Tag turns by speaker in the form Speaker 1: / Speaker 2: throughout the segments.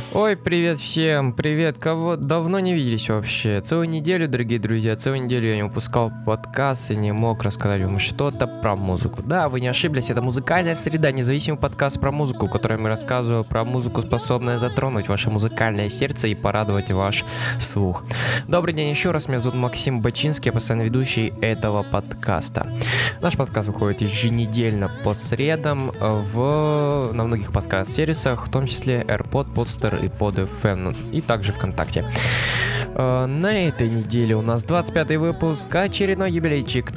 Speaker 1: Ой, привет всем, привет, кого давно не виделись вообще. Целую неделю, дорогие друзья, целую неделю я не выпускал подкаст и не мог рассказать вам что-то про музыку. Да, вы не ошиблись, это музыкальная среда, независимый подкаст про музыку, в котором я рассказываю про музыку, способную затронуть ваше музыкальное сердце и порадовать ваш слух. Добрый день еще раз, меня зовут Максим Бачинский, я постоянно ведущий этого подкаста. Наш подкаст выходит еженедельно по средам на многих подкаст-сервисах, в том числе AirPod, Podster и Pod FM, и также ВКонтакте. На этой неделе у нас 25-й выпуск, очередной юбилейчик.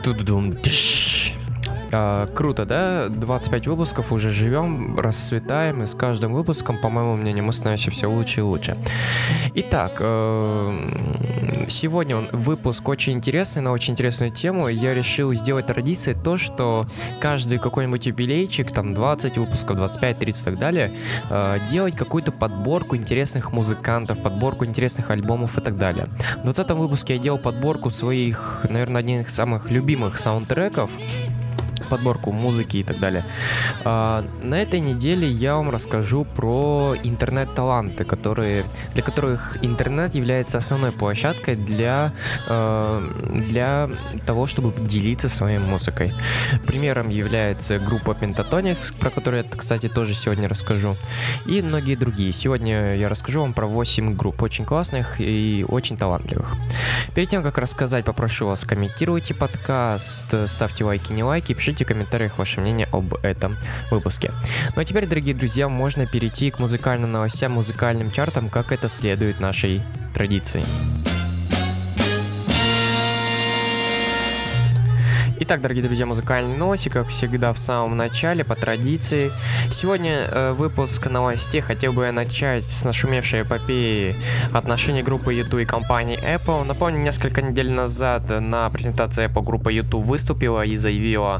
Speaker 1: Круто, да? 25 выпусков, уже живем, расцветаем, и с каждым выпуском, по моему мнению, мы становимся все лучше и лучше. Итак, сегодня выпуск очень интересный, на очень интересную тему. Я решил сделать традицией то, что каждый какой-нибудь юбилейчик, там 20 выпусков, 25, 30 и так далее, делать какую-то подборку интересных музыкантов, подборку интересных альбомов и так далее. В 20-м выпуске я делал подборку своих, наверное, одних из самых любимых саундтреков, подборку музыки и так далее. На этой неделе я вам расскажу про интернет-таланты, для которых интернет является основной площадкой для того, чтобы делиться своей музыкой. Примером является группа Pentatonix, про которую я, кстати, тоже сегодня расскажу, и многие другие. Сегодня я расскажу вам про 8 групп, очень классных и очень талантливых. Перед тем, как рассказать, попрошу вас, комментируйте подкаст, ставьте лайки, не лайки, пишите в комментариях ваше мнение об этом выпуске. Ну а теперь, дорогие друзья, можно перейти к музыкальным новостям, музыкальным чартам, как это следует нашей традиции. Итак, дорогие друзья, музыкальные новости, как всегда, в самом начале, по традиции. Сегодня выпуск новостей хотел бы я начать с нашумевшей эпопеи отношений группы U2 и компании Apple. Напомню, несколько недель назад на презентации Apple группа U2 выступила и заявила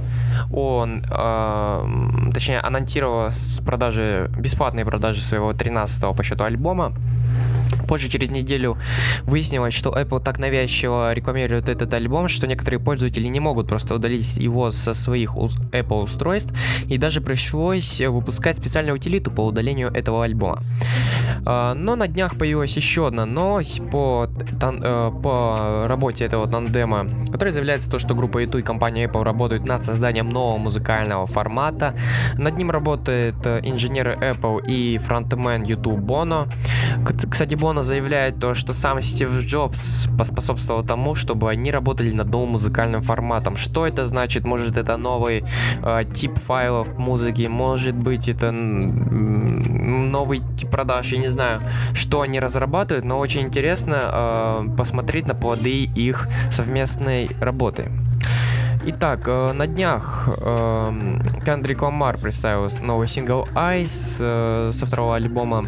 Speaker 1: анонсировала бесплатные продажи своего 13-го по счету альбома. Позже, через неделю, выяснилось, что Apple так навязчиво рекламирует этот альбом, что некоторые пользователи не могут просто удалить его со своих Apple устройств, и даже пришлось выпускать специальную утилиту по удалению этого альбома. Но на днях появилась еще одна новость по работе этого тандема, которая заявляется то, что группа U2 и компания Apple работают над созданием нового музыкального формата. Над ним работают инженеры Apple и фронтмен U2 Боно. Кстати, Боно заявляет то, что сам Стив Джобс поспособствовал тому, чтобы они работали над новым музыкальным форматом. Что это значит? Может, это новый тип файлов музыки, может быть, это новый тип продаж, я не знаю, что они разрабатывают, но очень интересно посмотреть на плоды их совместной работы. Итак, на днях Кендрик Ламар представил новый сингл Eyes со второго альбома.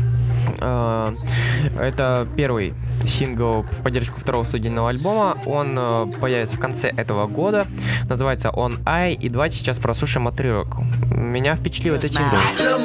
Speaker 1: Это первый сингл в поддержку второго студийного альбома. Он появится в конце этого года. Называется он I. И давайте сейчас прослушаем отрывок. Меня впечатлил этот сингл.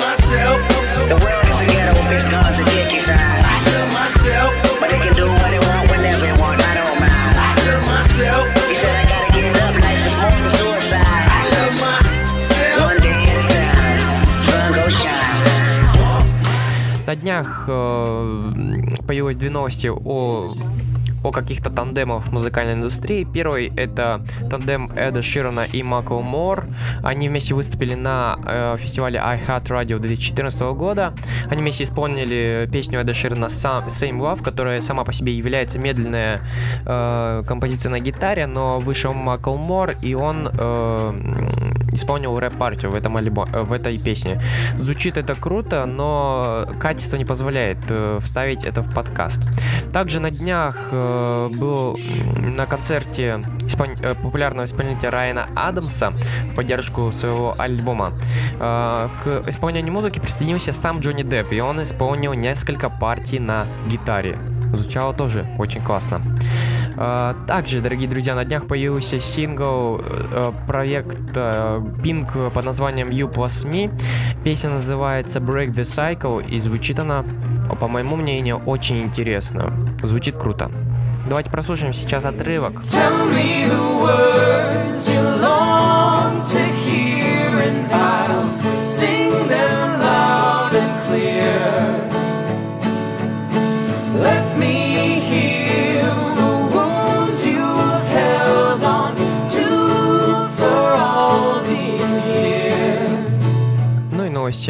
Speaker 1: На днях появилось две новости о каких-то тандемах в музыкальной индустрии. Первый — это тандем Эда Ширана и Macklemore. Они вместе выступили на фестивале iHeart Radio 2014 года. Они вместе исполнили песню Эда Ширана Same Love, которая сама по себе является медленная композиция на гитаре, но вышел Macklemore, и он исполнил рэп-партию в этой песне. Звучит это круто, но качество не позволяет вставить это в подкаст. Также на днях был на концерте популярного исполнителя Райана Адамса в поддержку своего альбома. К исполнению музыки присоединился сам Джонни Депп, и он исполнил несколько партий на гитаре. Звучало тоже очень классно. Также, дорогие друзья, на днях появился сингл проекта Pink под названием You Plus Me. Песня называется Break the Cycle, и звучит она, по моему мнению, очень интересно. Звучит круто. Давайте прослушаем сейчас отрывок. Tell me the words you long to hear, and I'll sing them loud and clear.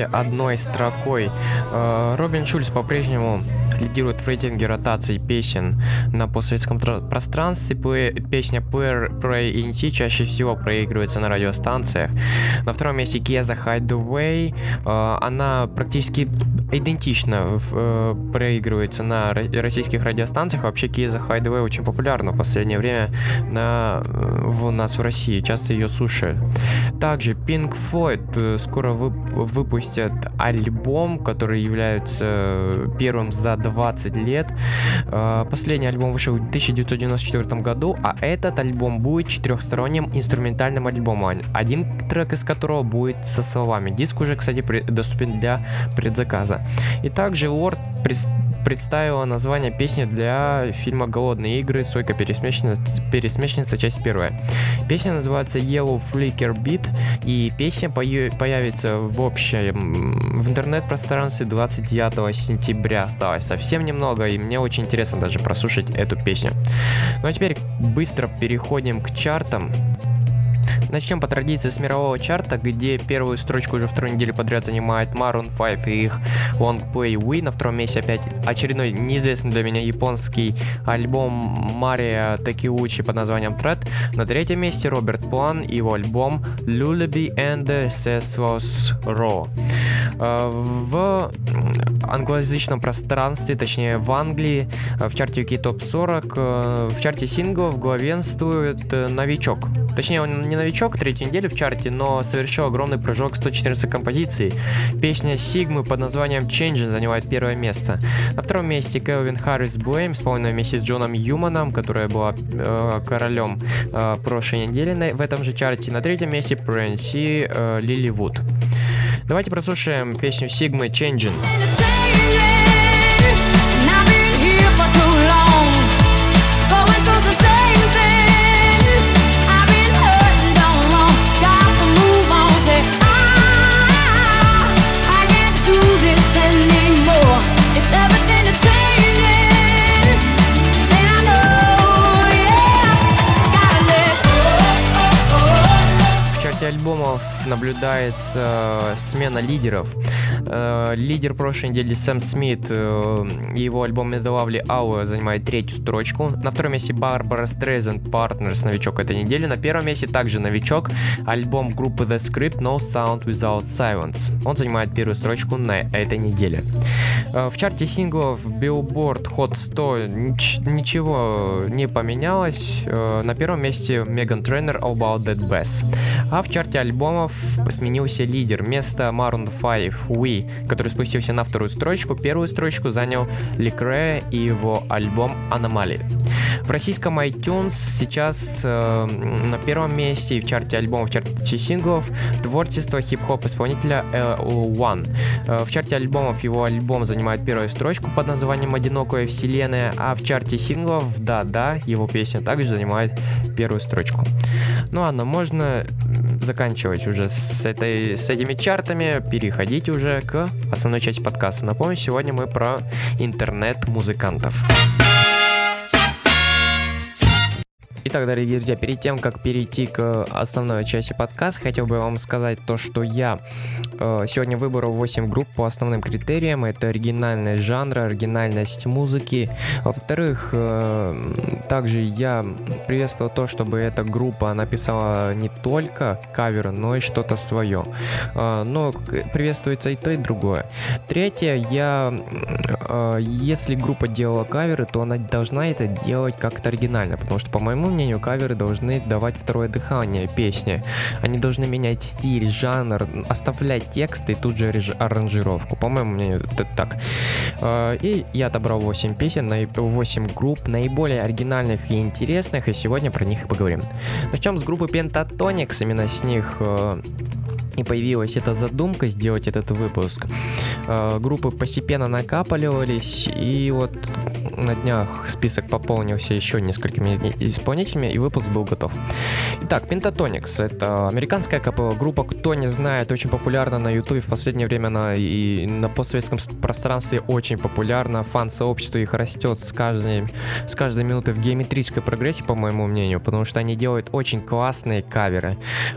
Speaker 1: месте одной строкой. Робин Шульц по-прежнему лидирует в рейтинге ротации песен на постсоветском пространстве. Песня Pray in Tea чаще всего проигрывается на радиостанциях. На втором месте Kieza Hideaway. Она практически идентично проигрывается на российских радиостанциях. Вообще Kieza Hideaway очень популярна в последнее время у нас в России. Часто ее слушают. Также Pink Floyd скоро выпустят альбом, который является первым за 20 лет. Последний альбом вышел в 1994 году, а этот альбом будет четырехсторонним инструментальным альбомом, один трек из которого будет со словами. Диск уже, кстати, доступен для предзаказа. И также Lorde представила название песни для фильма «Голодные игры. Сойка пересмешница. Часть 1». Песня называется Yellow Flicker Beat, и песня появится в интернет-пространстве 29 сентября. Осталось совсем немного, и мне очень интересно даже прослушать эту песню. Ну а теперь быстро переходим к чартам. Начнем по традиции с мирового чарта, где первую строчку уже вторую неделю подряд занимает Maroon 5 и их Long Play We. На втором месте опять очередной неизвестный для меня японский альбом Мария Такеучи под названием Thread. На третьем месте Роберт План и его альбом Lullaby and the Cecil's Row. В англоязычном пространстве, точнее в Англии, в чарте UK Top 40, в чарте синглов главенствует новичок. Точнее, он не новичок, третью неделю в чарте, но совершил огромный прыжок, 114 композиций. Песня Сигмы под названием Change занимает первое место. На втором месте Кэлвин Харрис Blame, исполненная вместе с Джоном Юманом, которая была королем прошлой недели в этом же чарте. На третьем месте PNC Лили Вуд. Давайте прослушаем песню Сигмы Changing. Альбомов наблюдается смена лидеров. Лидер прошлой недели Сэм Смит и его альбом The Lovely Hour занимает третью строчку. На втором месте Барбара Стрейзенд Partners, новичок этой недели. На первом месте также новичок, альбом группы The Script No Sound Without Silence. Он занимает первую строчку на этой неделе. В чарте синглов Billboard Hot 100 ничего не поменялось. На первом месте Меган Трейнер All About That Bass. А в чарте альбомов сменился лидер. Вместо Maroon 5 We, который спустился на вторую строчку, первую строчку занял Lecrae и его альбом Anomaly. В российском iTunes сейчас на первом месте и в чарте альбомов, в чарте синглов творчество хип-хоп исполнителя L1. В чарте альбомов его альбом занимает первую строчку под названием «Одинокая вселенная», а в чарте синглов «Да-да» его песня также занимает первую строчку. Ну ладно, можно заканчивать уже с этими чартами, переходить уже к основной части подкаста. Напомню, сегодня мы про интернет-музыкантов. Итак, дорогие друзья, перед тем, как перейти к основной части подкаста, хотел бы вам сказать то, что я сегодня выбрал 8 групп по основным критериям. Это оригинальность жанра, оригинальность музыки. Во-вторых, также я приветствовал то, чтобы эта группа написала не только каверы, но и что-то свое. Но приветствуется и то, и другое. Третье, если группа делала каверы, то она должна это делать как-то оригинально, потому что, по моему мнению, каверы должны давать второе дыхание песне. Они должны менять стиль, жанр, оставлять текст и тут же аранжировку. По моему мнению, это так. И я отобрал 8 песен, 8 групп, наиболее оригинальных и интересных, и сегодня про них и поговорим. Начнем с группы Pentatonix, именно с них и появилась эта задумка сделать этот выпуск. Группы постепенно накапливались, и вот на днях список пополнился еще несколькими исполнителями, и выпуск был готов. Итак, Pentatonix — это американская капелла группа, кто не знает, очень популярна на YouTube в последнее время, и на постсоветском пространстве очень популярна, фан-сообщество их растет с каждой минутой в геометрической прогрессии, по моему мнению, потому что они делают очень классные каверы.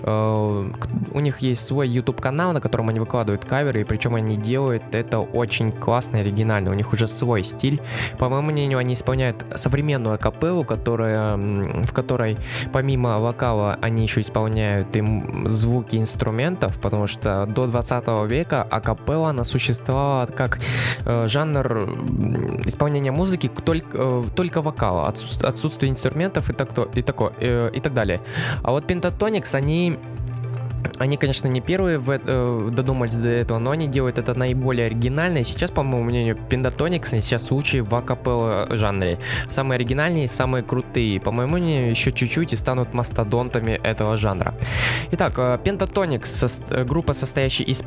Speaker 1: У них есть свой YouTube-канал, на котором они выкладывают каверы, и причем они делают это очень классно и оригинально. У них уже свой стиль. По моему мнению, они исполняют современную акапеллу, в которой помимо вокала они еще исполняют им звуки инструментов, потому что до 20 века акапелла она существовала как жанр исполнения музыки только вокала, отсутствие инструментов и так далее. А вот Pentatonix, они, конечно, не первые додумались до этого, но они делают это наиболее оригинально. И сейчас, по моему мнению, Pentatonix сейчас лучшие в акапелла жанре. Самые оригинальные, самые крутые. По моему мнению, еще чуть-чуть и станут мастодонтами этого жанра. Итак, Pentatonix, группа, состоящая из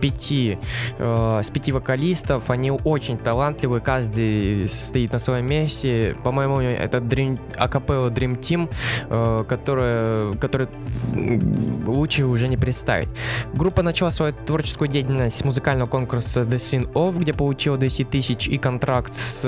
Speaker 1: 5 вокалистов. Они очень талантливые, каждый стоит на своем месте. По моему мнению, это акапелла Dream Team, который лучше уже не представить. Группа начала свою творческую деятельность с музыкального конкурса The Scene Off, где получила 10 тысяч и контракт с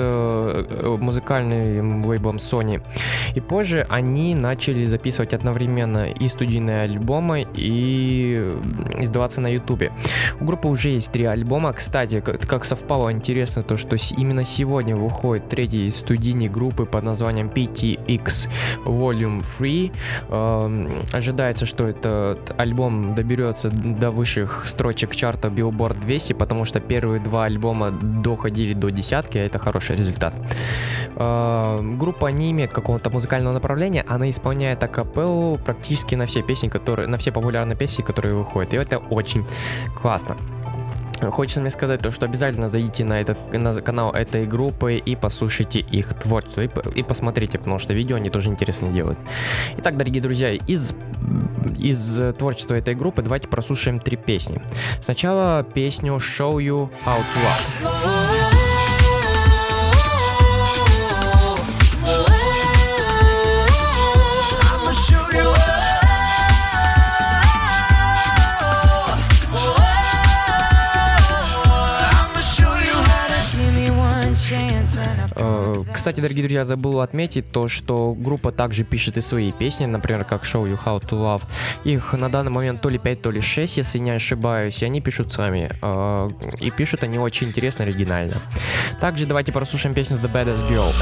Speaker 1: музыкальным лейблом Sony. И позже они начали записывать одновременно и студийные альбомы, и издаваться на YouTube. У группы уже есть 3 альбома. Кстати, как совпало интересно то, что именно сегодня выходит 3-й студийный группы под названием PTX Volume 3. Ожидается, что этот альбом доберется до высших строчек чарта Billboard 200, потому что первые 2 альбома доходили до десятки, а это хороший результат. Группа не имеет какого-то музыкального направления, она исполняет акапеллу практически на все популярные песни, которые выходят, и это очень классно. Хочется мне сказать то, что обязательно зайдите на канал этой группы и послушайте их творчество, и посмотрите, потому что видео они тоже интересно делают. Итак, дорогие друзья, из творчества этой группы давайте прослушаем 3 песни. Сначала песню Show You How to Love. Кстати, дорогие друзья, забыл отметить то, что группа также пишет и свои песни, например, как Show You How to Love. Их на данный момент то ли 5, то ли 6, если не ошибаюсь, и они пишут сами. И пишут они очень интересно, оригинально. Также давайте прослушаем песню The Baddest Girl.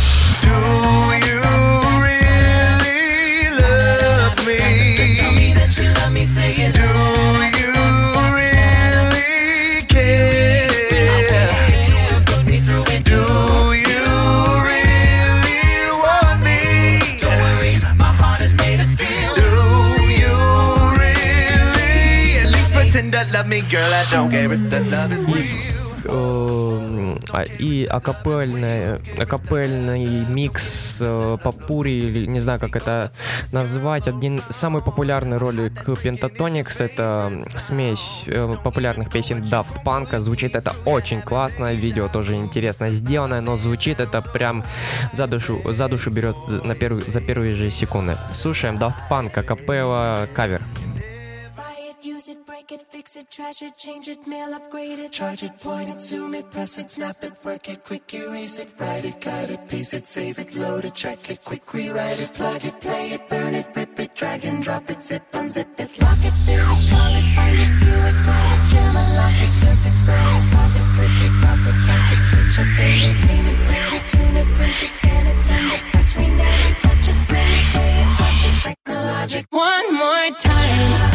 Speaker 2: Love me, girl, I don't care if the love is real.
Speaker 1: И акапельный микс попури, или не знаю, как это назвать. Самый популярный ролик Pentatonix — это смесь популярных песен Daft Punk. Звучит это очень классно, видео тоже интересно сделанное, но звучит это прям за душу берет за первые же секунды. Слушаем Daft Punk, акапелла, кавер.
Speaker 3: Use it, break it, fix it, trash it, change it, mail, upgrade it, charge it, point it, zoom it, press it, snap it, work it, quick erase it, write it, cut it, paste it, save it, load it, track it, quick rewrite it, plug it, play it, burn it, rip it, drag and drop it, zip, unzip it, lock it, fill it, call it, find it, view it, call it, jam, unlock it, surf it, scroll it, pause it, click it, cross it, back it, switch, update it, name it, rate it, tune it, print it, scan it, send it, touch, rename it, touch it, bring it, pay it, touch it, technologic. One more time.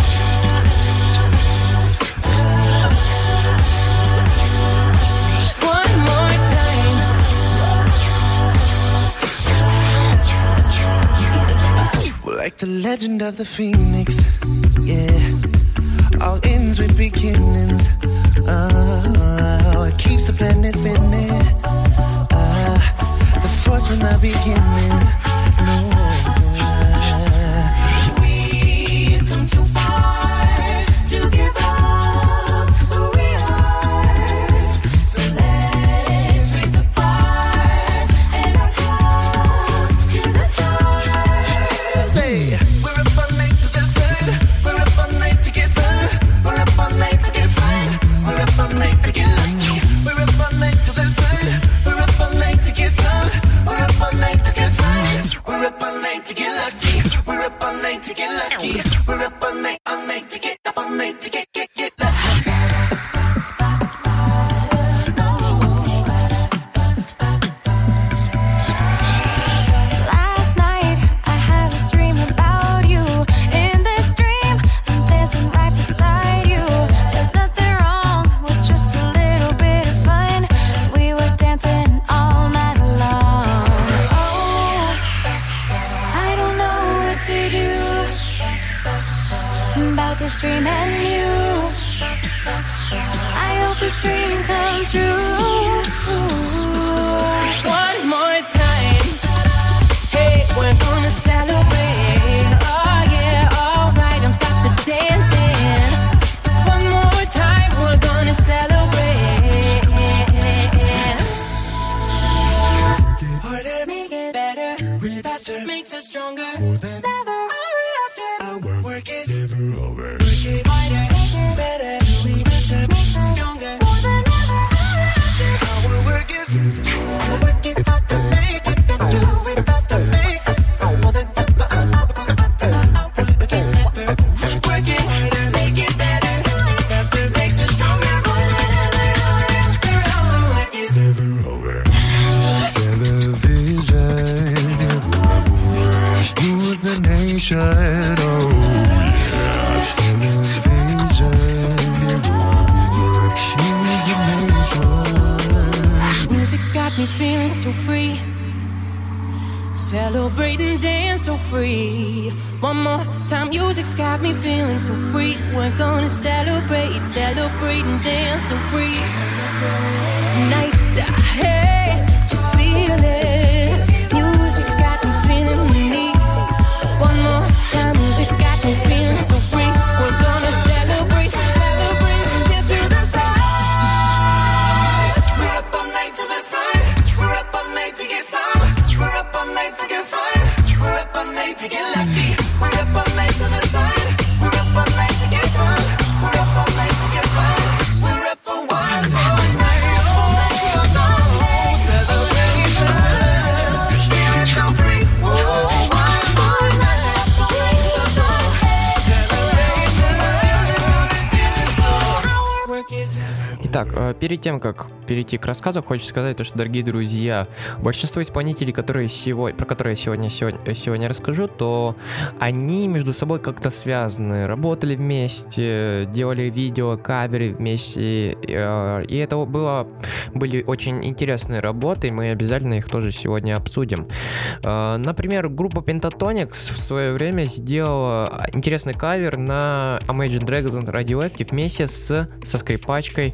Speaker 2: Like the legend of the phoenix, yeah. All ends with beginnings. It keeps the planet spinning. The force from the beginning. No. We've come too far to give up who we are. So let's raise the bar and our
Speaker 3: this dream come true. One more time. Hey, we're gonna celebrate. Oh yeah, alright, don't stop the dancing. One more time, we're gonna celebrate. Harder, make it better. Do it faster, makes us stronger. More than ever. Our work is never over. Work it harder, better, do it faster, makes us stronger. More than ever. Our work is never over. Work it harder, make it better, do it faster, makes us more than ever. Our work is never over. Work it harder, make it better, do it faster, makes us stronger. More than ever. Our work is never over.
Speaker 2: Television, rules the nation. Oh yeah, television, rules the nation.
Speaker 3: Music's got me feeling so free. Celebrate and dance so free. One more time, music's got me feeling so free. We're gonna celebrate and dance so free. Tonight, hey, just feel it. Music's got me feeling neat. One more time, music's got me feeling so free. We're gonna celebrate and dance to the stars. We're up all night to the sun. We're up all night to get some. We're up all night for good fun. We're up all night to get lucky. We're up all night to the sun. We're up all night to get some. We're up all night to get fun. We're up for one more night. All night to the sun. Celebration. Feeling so free. Whoa, one more night. All night to the sun. Celebration. Feeling so. Our work is
Speaker 1: Итак, перед тем, как перейти к рассказу, хочу сказать то, что, дорогие друзья, большинство исполнителей, про которые я сегодня расскажу, то они между собой как-то связаны, работали вместе, делали видео, каверы вместе, и это были очень интересные работы, и мы обязательно их тоже сегодня обсудим. Например, группа Pentatonix в свое время сделала интересный кавер на Imagine Dragons Radioactive вместе со скрипачкой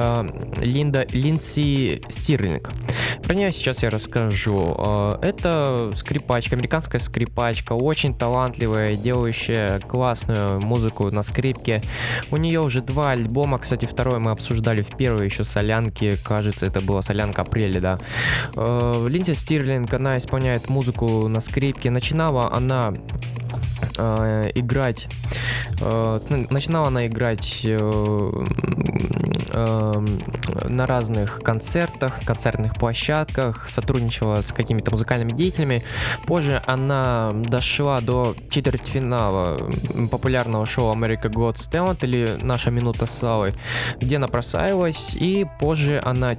Speaker 1: Линдси Стирлинг. Про нее сейчас я расскажу. Это скрипачка, американская скрипачка, очень талантливая, делающая классную музыку на скрипке. У нее уже 2 альбома, кстати, второй мы обсуждали в первой еще солянке, кажется, это была солянка апреля, да. Линдси Стирлинг, она исполняет музыку на скрипке. Начинала она играть на разных концертах, концертных площадках, сотрудничала с какими-то музыкальными деятелями. Позже она дошла до четвертьфинала популярного шоу America Got Talent, или Наша минута славы, где она прославилась, и позже она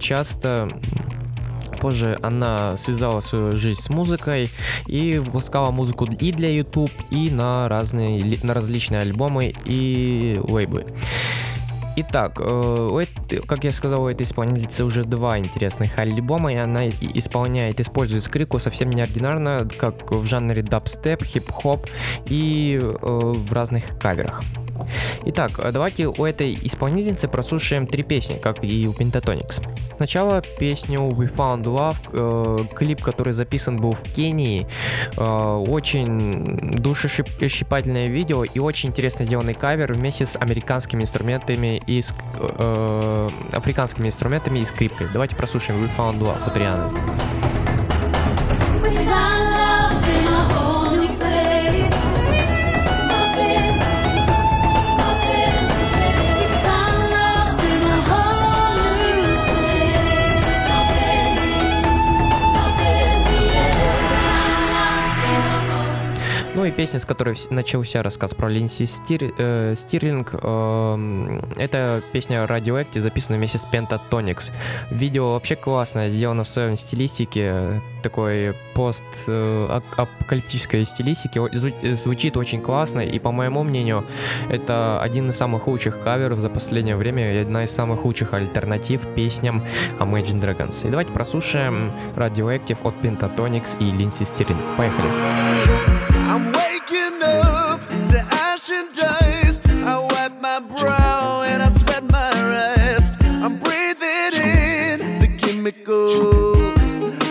Speaker 1: связала свою жизнь с музыкой и выпускала музыку и для YouTube, и на различные альбомы и лейблы. Итак, как я сказал, у этой исполнительницы уже 2 интересных альбома, и она использует скрипку совсем неординарно, как в жанре дабстеп, хип-хоп и в разных каверах. Итак, давайте у этой исполнительницы прослушаем 3 песни, как и у Pentatonix. Сначала песню We Found Love, клип, который записан был в Кении, очень душещипательное видео и очень интересно сделанный кавер вместе с американскими инструментами и африканскими инструментами и скрипкой. Давайте прослушаем We Found Love от Рианы. Ну и песня, с которой начался рассказ про Линдси Стирлинг, это песня Radioactive, записана вместе с Pentatonix. Видео вообще классное, сделано в своем стилистике, такой постапокалиптической стилистике, звучит очень классно, и по моему мнению, это один из самых лучших каверов за последнее время и одна из самых лучших альтернатив песням Imagine Dragons. И давайте прослушаем Radioactive от Pentatonix и Линдси Стирлинг. Поехали!
Speaker 2: I'm waking up to ash and dust. I wipe my brow and I sweat my rest. I'm chemicals.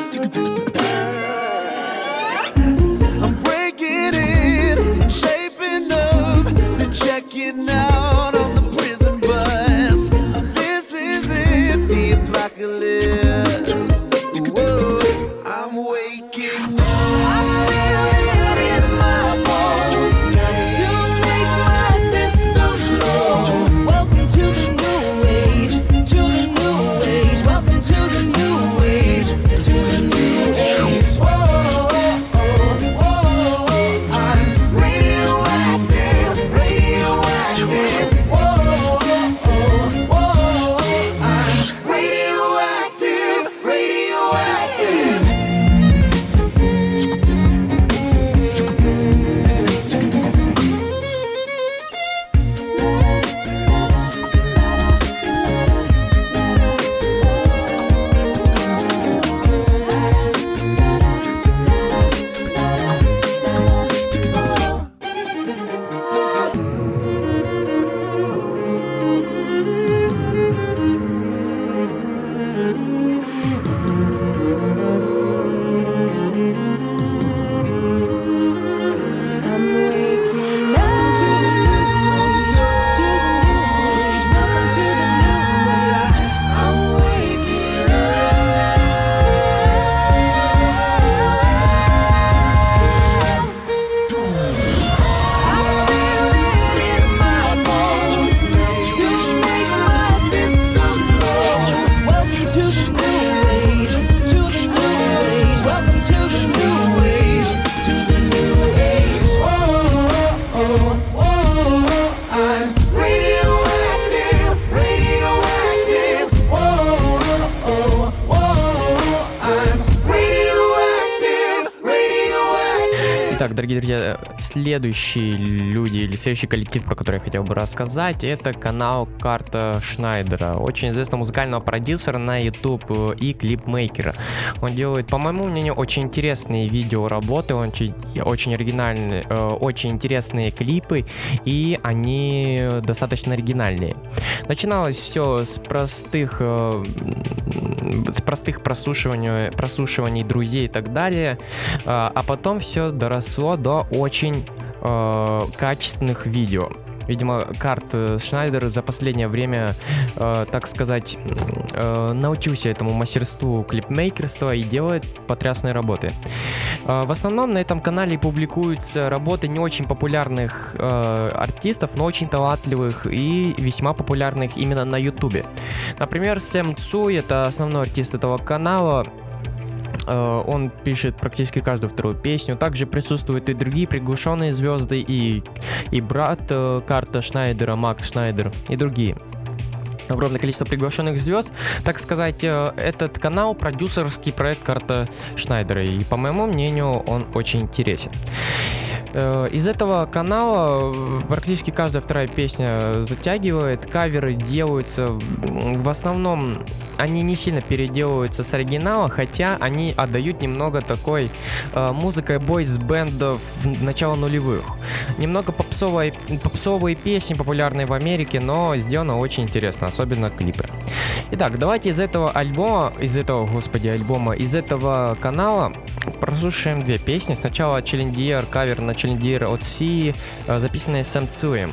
Speaker 2: I'm breaking in, shaping up, then checking out on the prison bus. This is it, the apocalypse. Whoa, I'm waking up. I feel it in my bones to make my system slow. Welcome to the new age, to the new age. Welcome to the new age, to the new age. Whoa, oh, oh, I'm radioactive, radioactive. Whoa, oh, oh, I'm radioactive, radioactive. I'm waking up to the systems, to the new age. Welcome to the new age. I'm waking up. I feel it in my bones to make my system blow. Welcome to the new age, to the new age. Welcome to the new age, to the new age. Whoa, oh, oh, I'm radioactive, radioactive. Whoa, oh, oh, I'm radioactive, radioactive.
Speaker 1: Итак, дорогие друзья, следующие люди или следующий коллектив, про который я хотел бы рассказать, это канал Карта Шнайдера, очень известного музыкального продюсера на YouTube и клипмейкера. Он делает, по моему мнению, очень интересные видеоработы, очень оригинальные, очень интересные клипы, и они достаточно оригинальные. Начиналось все с простых прослушиваний друзей и так далее, а потом все доросло до очень качественных видео. Видимо, Карт Шнайдер за последнее время, так сказать, научился этому мастерству клипмейкерства и делает потрясные работы. В основном на этом канале публикуются работы не очень популярных артистов, но очень талантливых и весьма популярных именно на YouTube. Например, Сэм Цуй, это основной артист этого канала. Он пишет практически каждую вторую песню. Также присутствуют и другие приглашенные звезды, и брат Карта Шнайдера, Макс Шнайдер, и другие. Огромное количество приглашенных звезд. Так сказать, этот канал — продюсерский проект Карта Шнайдера, и, по моему мнению, он очень интересен. Из этого канала практически каждая вторая песня затягивает, каверы делаются, в основном они не сильно переделываются с оригинала, хотя они отдают немного такой музыкой бойс-бендов начала нулевых. Немного попсовые песни, популярные в Америке, но сделано очень интересно, особенно клипы. Итак, давайте из этого канала прослушаем две песни. Сначала Челлендиер, кавер на Челлендиер от Си, записанный Сэм Цуем.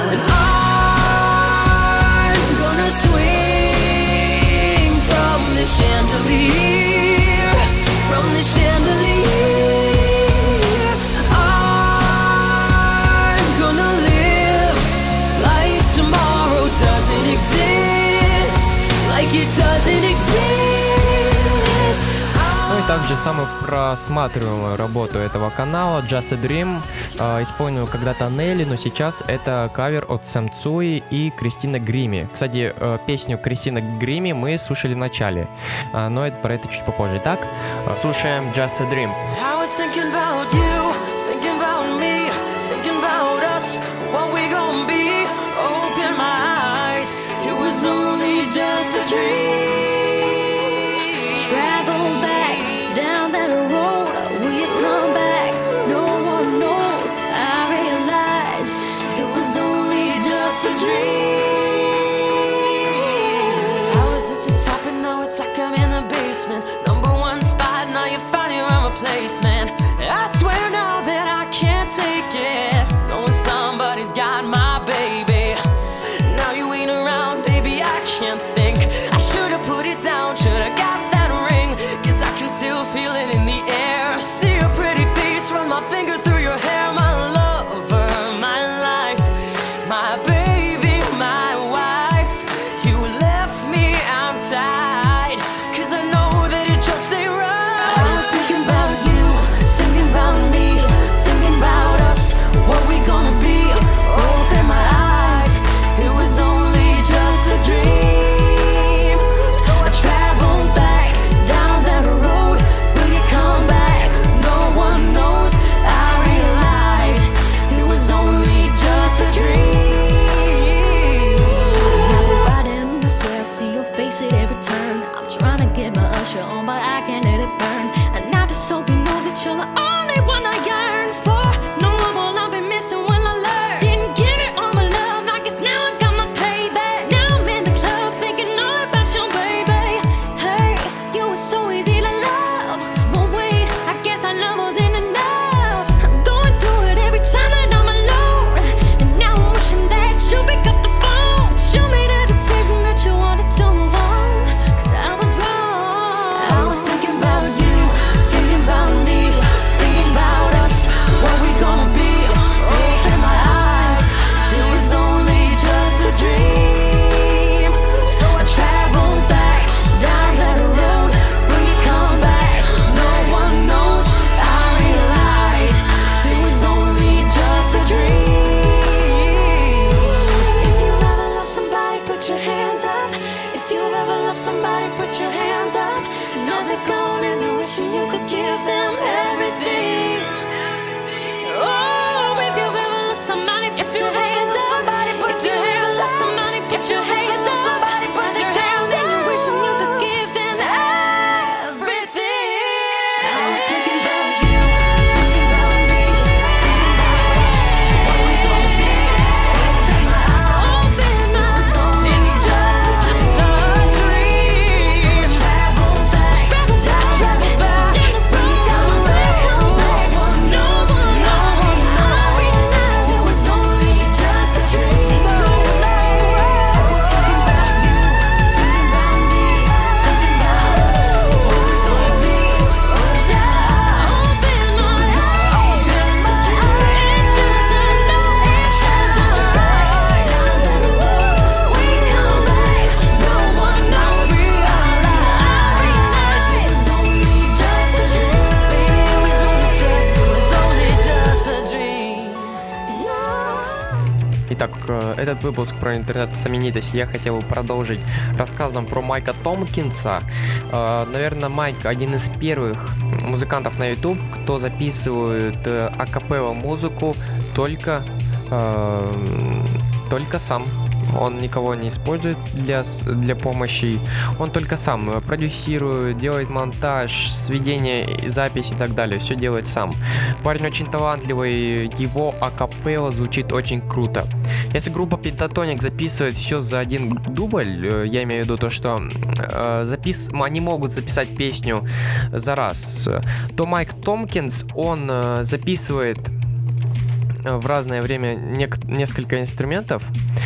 Speaker 1: Ну и также самую просматриваемую работу этого канала Just a Dream исполнил когда-то Нелли, но сейчас это кавер от Сэм Цуи и Кристины Гримми. Кстати, песню Кристины Гримми мы слушали в начале, но про это чуть попозже. Итак, слушаем Just a Dream.
Speaker 4: Travel back down that road, we come back, no one knows. I realized it was only just a dream. I was at the top and now it's like I'm in the
Speaker 5: basement. Number one spot, now you found your own replacement. I swear now that I can't take it, knowing somebody's got my baby. Now you ain't around, baby, I can't think. I should've put it down, should've got that ring, 'cause I can still feel it in the air. See your pretty face, run my finger through your hair. My lover, my life, my baby, my wife. You left me, I'm tied, 'cause I know that it just ain't right.
Speaker 4: I was thinking about you, thinking about me, thinking about us, what we gonna be. Open my eyes, it was only just a dream. So I traveled back down that road. Will you come back? No one knows. I realized it was only just a dream. Now we're riding, I swear I see your face at every turn. I'm trying to get my usher on, but I can't let it burn. And I just hope you know that you're the only one I yearn for. No one will I be missing when I learn. Didn't give it all my love, I guess now I got my payback. Now I'm in the club thinking all about your baby. Hey, you were so easy to love, but wait, I guess our love wasn't enough. I'm going through it every time that I'm alone, and now I'm wishing that you pick up the phone. You made a decision that you wanted to move on, 'cause I was wrong. I was thinking about you, thinking about me, thinking about us, what we gonna be. Open my eyes, it was only just a dream. So I traveled back down that road. Will you come back? No one knows. I realized it was only just a dream. If you ever lost somebody, put your hands up. If you ever lost somebody, put your hands up. Now they're gone and you're wishing you could give them everything. Oh, if you've ever lost somebody, put your hands up. If you ever lost somebody, put your hands up. Now they're gone and you're wishing you could give them everything. I was thinking about you, thinking about me, thinking about us, what we gonna be. Open my eyes, it's just a dream. Travel back down the road. No one knows. I realized it was only just a dream. I was thinking about you, thinking about me, thinking about us, what we gonna be. Open my eyes, just a dream. It's just a down that road. We come back, no one knows. I realized it was only just a dream.
Speaker 5: Baby, it was only just a dream.
Speaker 1: Итак, этот выпуск про интернет-знаменитость я хотел бы продолжить рассказом про Майка Томпкинса. Наверное, Майк один из первых музыкантов на YouTube, кто записывает акапелла музыку только сам. Он никого не использует для помощи. Он только сам продюсирует, делает монтаж, сведение, запись и так далее. Все делает сам. Парень очень талантливый, его акапелла звучит очень круто. Если группа Pentatonix записывает все за один дубль, я имею в виду то, что они могут записать песню за раз, то Майк Томпкинс, он записывает в разное время несколько инструментов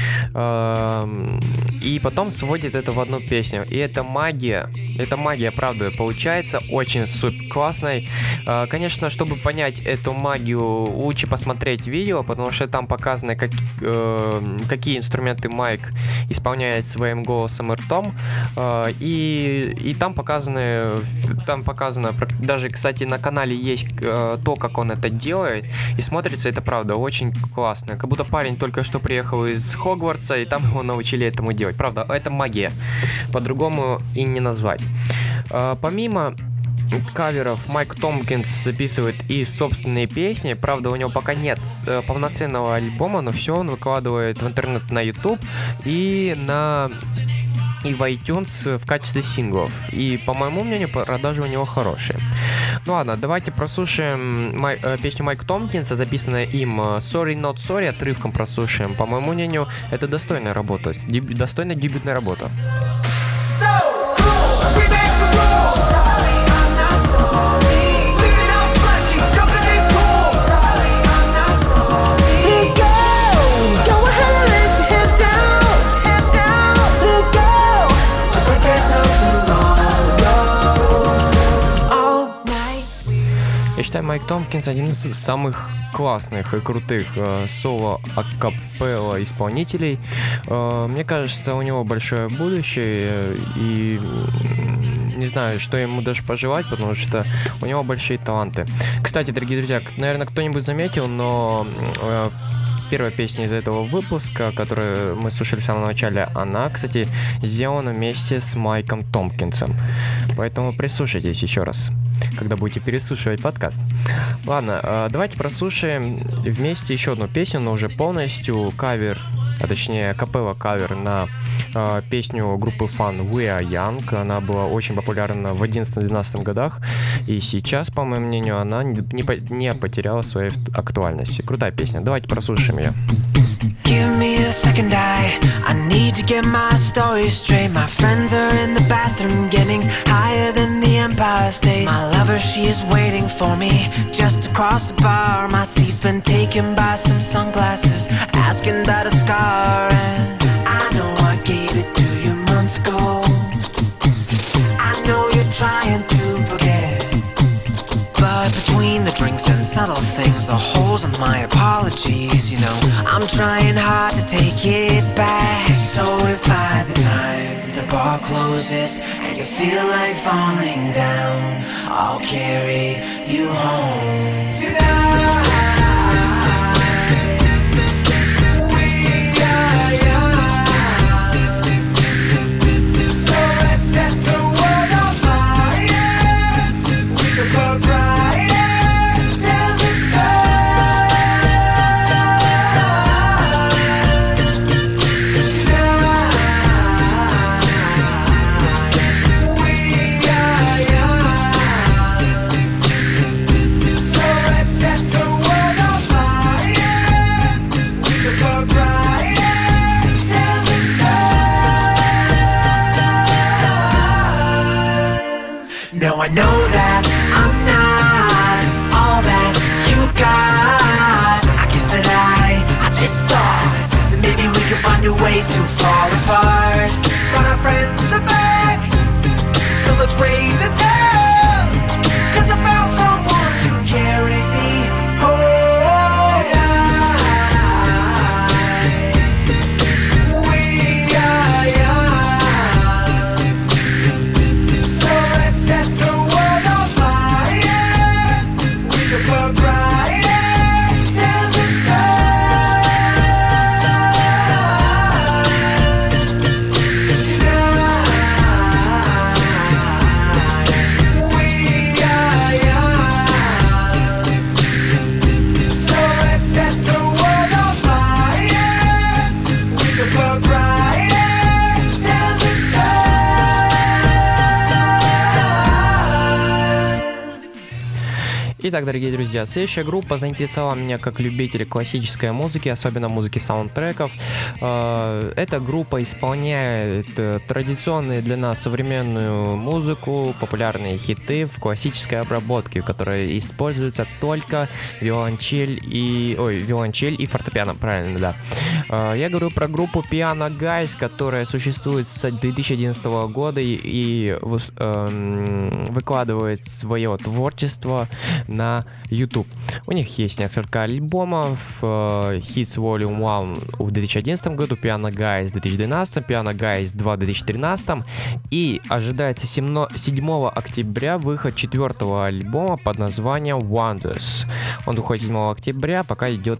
Speaker 1: и потом сводит это в одну песню. И это магия, правда, получается очень супер классной. Конечно, чтобы понять эту магию, лучше посмотреть видео, потому что там показаны, какие инструменты Майк исполняет своим голосом и ртом. И там показано, даже, кстати, на канале есть то, как он это делает, и смотрится это, правда, очень классно. Как будто парень только что приехал из Хогвартса, и там его научили этому делать. Правда, это магия. По-другому и не назвать. Помимо каверов, Майк Томпкинс записывает и собственные песни. Правда, у него пока нет полноценного альбома, но все он выкладывает в интернет на YouTube и в iTunes в качестве синглов. И, по моему мнению, продажи у него хорошие. Ну ладно, давайте прослушаем песню Майка Томпкинса, записанную им Sorry Not Sorry, отрывком прослушаем. По моему мнению, это достойная работа, достойная дебютная работа.
Speaker 3: So cool, we make the rules.
Speaker 1: считаю, Майк Томпкинс один из самых классных и крутых соло-акапелла исполнителей. Мне кажется, у него большое будущее, и не знаю, что ему даже пожелать, потому что у него большие таланты. Кстати, дорогие друзья, наверное, кто-нибудь заметил, но первая песня из этого выпуска, которую мы слушали в самом начале, она, кстати, сделана вместе с Майком Томпкинсом. Поэтому прислушайтесь еще раз, когда будете переслушивать подкаст. Ладно, давайте прослушаем вместе еще одну песню, но уже полностью кавер, а точнее капелла-кавер на песню группы Fun We Are Young. Она была очень популярна в 11-12 годах, и сейчас, по моему мнению, она не потеряла своей актуальности. Крутая песня, давайте прослушаем ее.
Speaker 3: Give me a second, I need to get my story straight. My friends are in the bathroom getting higher than the Empire State. My lover, she is waiting for me just across the bar. My seat's been taken by some sunglasses, asking about a scar. And I know I gave it to you months ago. I know you're trying to forget, but between the drinks and subtle things, the holes in my apologies, you know, I'm trying hard to take it back. So if by the time the bar closes and you feel like falling down, I'll carry you home tonight. We are young, so let's set the world on fire. We could burn brighter than the sun tonight. We are young, so let's set the world on fire. We could burn brighter than the sun. No, I know that I'm not all that you got. I guess that I just thought that maybe we could find new ways to fall apart. But our friends are back, so let's raise a toast, 'cause I found someone to carry me home tonight. We are young, so let's set the world on fire. We could burn brighter than the sun tonight. We are young, so let's set the world on fire. We could burn brighter than the sun.
Speaker 1: Итак, дорогие друзья, следующая группа заинтересовала меня как любителя классической музыки, особенно музыки саундтреков. Эта группа исполняет традиционные для нас современную музыку, популярные хиты в классической обработке, в которой используется только виолончель и фортепиано, правильно, да. Я говорю про группу Piano Guys, которая существует с 2011 года и выкладывает свое творчество на YouTube. У них есть несколько альбомов: Hits Volume 1 в 2011 году, Piano Guys в 2012, Piano Guys 2 в 2013, и ожидается 7 октября выход 4-го альбома под названием Wonders. Он выходит 7 октября, пока идет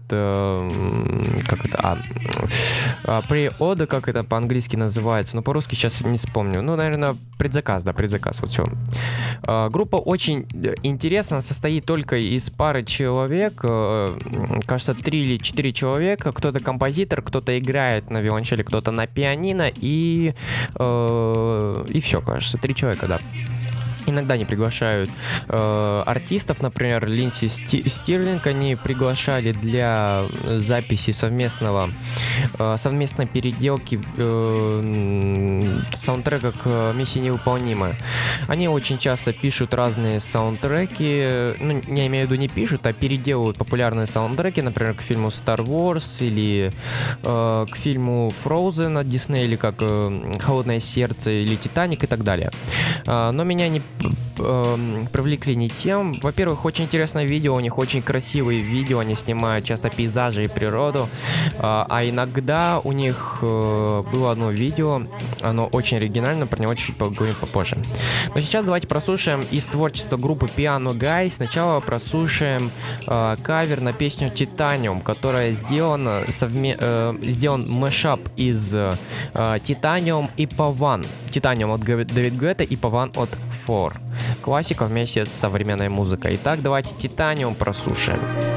Speaker 1: pre-order, как это по-английски называется, но по-русски сейчас не вспомню. Ну, наверное, предзаказ, вот все. Группа очень интересна, состоит только из пары человек, кажется, 3 или 4 человека. Кто-то композитор, кто-то играет на виолончели, кто-то на пианино, и все, кажется, 3 человека, да. Иногда они приглашают артистов, например, Линдси Стирлинг они приглашали для записи совместной переделки саундтрека к «Миссии невыполнимая». Они очень часто пишут разные саундтреки, ну, я имею в виду не пишут, а переделывают популярные саундтреки, например, к фильму Star Wars или к фильму Frozen от Disney, или как «Холодное сердце» или «Титаник» и так далее. Но меня привлекли не тем. Во-первых, очень интересное видео, у них очень красивые видео, они снимают часто пейзажи и природу. А иногда у них было одно видео, оно очень оригинально, про него чуть поговорим попозже. Но сейчас давайте прослушаем из творчества группы Piano Guy. Сначала прослушаем кавер на песню Titanium, которая сделан мэшап из Titanium и Pavan. Titanium от Дэвид Гуэтта и Pavan от Four. Классика вместе с современной музыкой. Итак, давайте Titanium прослушаем.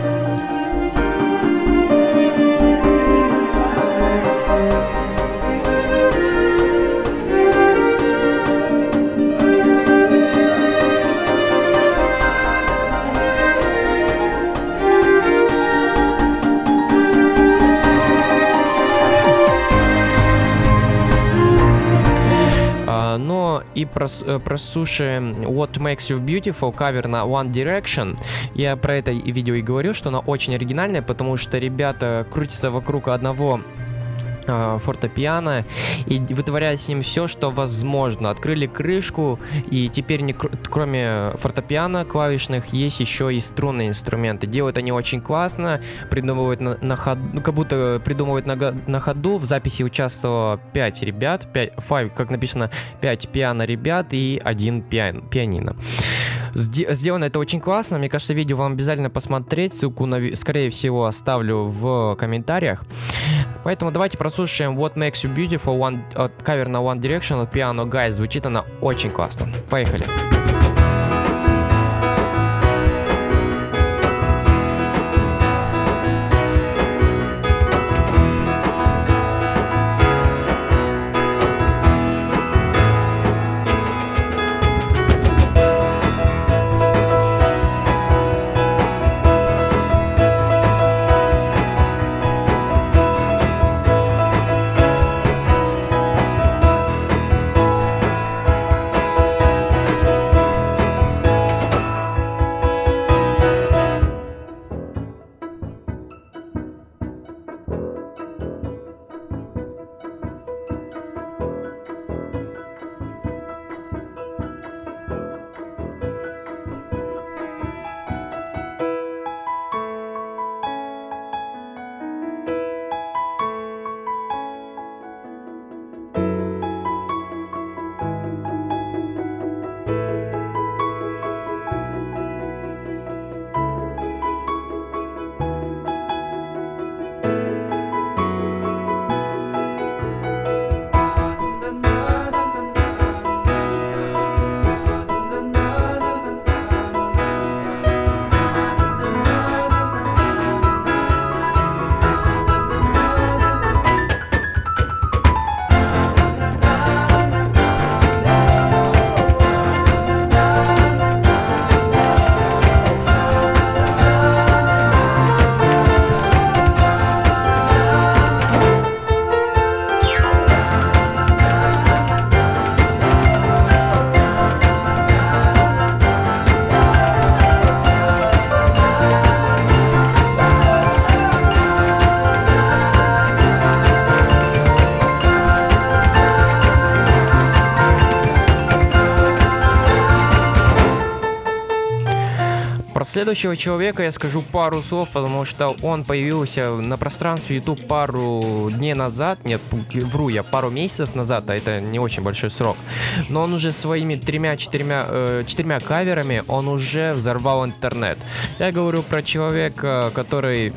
Speaker 1: Но и прослушаем What Makes You Beautiful, кавер на One Direction. Я про это видео и говорил, что оно очень оригинальное, потому что ребята крутятся вокруг одного фортепиано и вытворяют с ним все, что возможно. Открыли крышку, и теперь кроме фортепиано клавишных есть еще и струнные инструменты. Делают они очень классно, придумывают на ходу, как будто придумывают на ходу. В записи участвовало 5 ребят, 5, как написано, 5 пиано-ребят и 1 пианино. Сделано это очень классно. Мне кажется, видео вам обязательно посмотреть. Ссылку, скорее всего, оставлю в комментариях. Поэтому давайте прослушаем What Makes You Beautiful, кавер на One Direction от Piano Guy. Звучит она очень классно. Поехали. Следующего человека я скажу пару слов, потому что он появился на пространстве YouTube пару дней назад, нет, вру я, пару месяцев назад, а это не очень большой срок, но он уже своими четырьмя каверами, он уже взорвал интернет. Я говорю про человека, который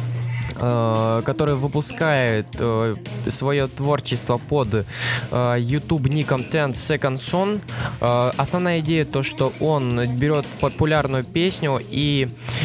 Speaker 1: выпускает свое творчество под YouTube ником 10 Second Son. Основная идея то, что он берет популярную песню и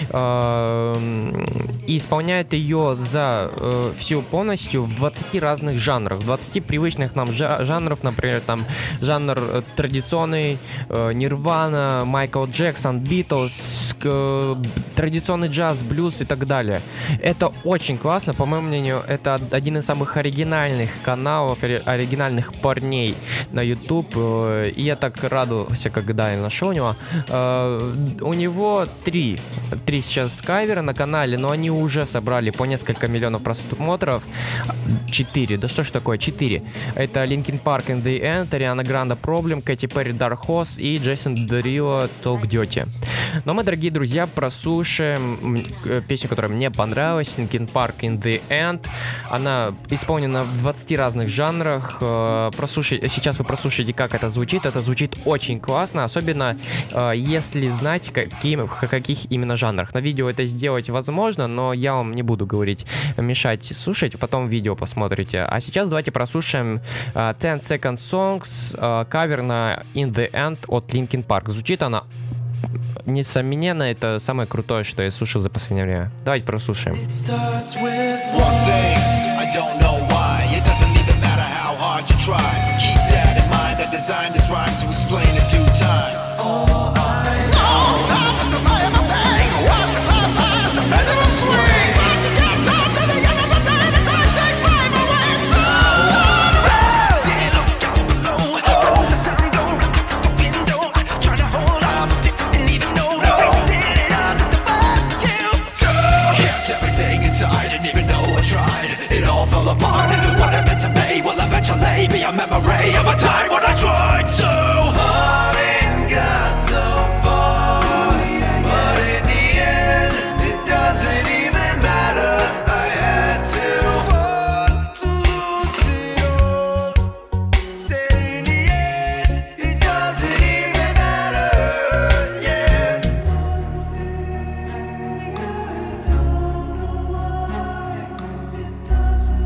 Speaker 1: исполняет ее за всю полностью в 20 разных жанрах, 20 привычных нам жанров, например, там жанр традиционный, Nirvana, Майкл Джексон, Beatles, традиционный джаз, блюз и так далее. Это очень очень классно. По моему мнению, это один из самых оригинальных каналов, оригинальных парней на YouTube. И я так радовался, когда я нашел его. У него три сейчас кавера на канале, но они уже собрали по несколько миллионов просмотров. 4, да что ж такое, 4. Это Linkin Park In The End, Ariana Grande Problem, Katy Perry Dark Horse и Jason Derulo Talk Dirty. Но мы, дорогие друзья, прослушаем песню, которая мне понравилась, Linkin Park In The End. Она исполнена в 20 разных жанрах. Сейчас вы прослушаете, как это звучит. Это звучит очень классно, особенно если знать, в каких именно жанрах. На видео это сделать возможно, но я вам не буду говорить, мешать слушать, потом видео посмотрите. А сейчас давайте прослушаем 10 Second Songs, кавер на In The End от Linkin Park. Звучит она несомненно, это самое крутое, что я слушал за последнее время. Давайте прослушаем.
Speaker 3: It starts with
Speaker 6: One thing, I don't know why. It doesn't even matter how hard you try. Keep that in mind. I designed this rhyme to explain in due time. Apart and what I meant to be will eventually be a memory of a time when I tried so hard and got so far, but in the end it doesn't even matter. I had to fall to lose it all. Said in the end it doesn't even matter. Yeah. I don't know why it doesn't.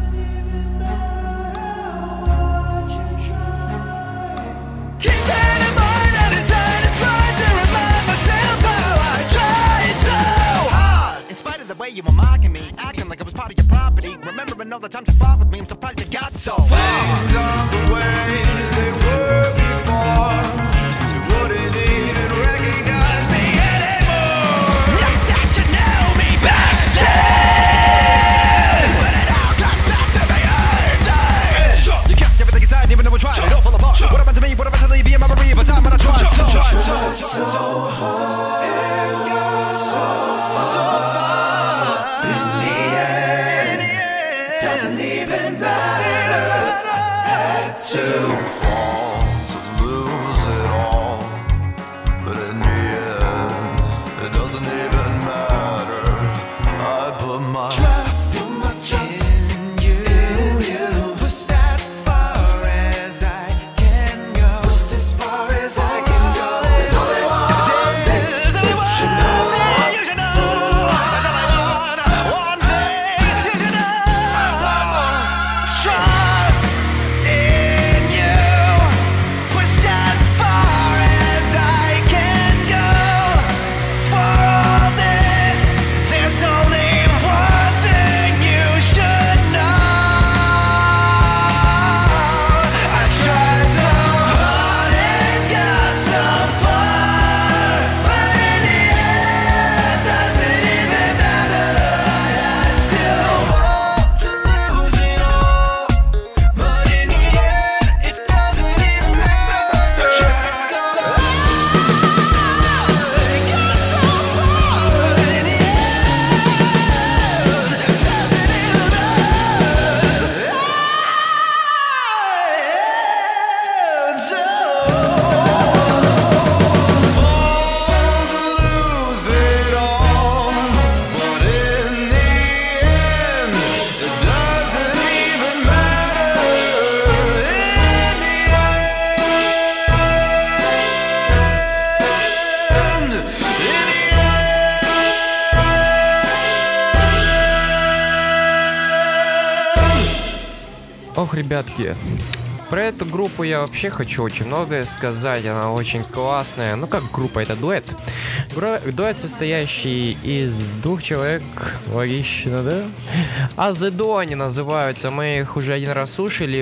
Speaker 6: Keep that in mind, I decided it's right to remind myself how I tried so hard. In spite of the way you were mocking me, acting like I was part of your property, remembering all the times you fought with me, I'm surprised it got so far. Things aren't the way they were before. You wouldn't even recognize me anymore. Not that you knew me back then, when it all comes back to me everything. You kept everything inside, even though we tried, it all fell apart. What happened to me? What eventually be a memory of a time when I tried so hard and got so far. In the end, doesn't even matter. Had to fall to lose it all, but in the end, it doesn't even matter. I put my trust in you. Pushed as far as I can go. Pushed as far as I can go. There's only one thing you should know. You should know. There's only one thing you should know. Trust in you. Pushed as far as I can go. For all this, there's only one thing you should know. I tried so hard and got so far, but in the end, doesn't even matter. I had to fall to lose it all, but in the end, it doesn't even matter. I tried so hard, got so far, but in the end, doesn't even
Speaker 1: Ох, ребятки, про эту группу я вообще хочу очень многое сказать. Она очень классная. Ну, как группа, это дуэт. Дуэт, состоящий из 2 человек. Логично, да? А The Do они называются. Мы их уже один раз слушали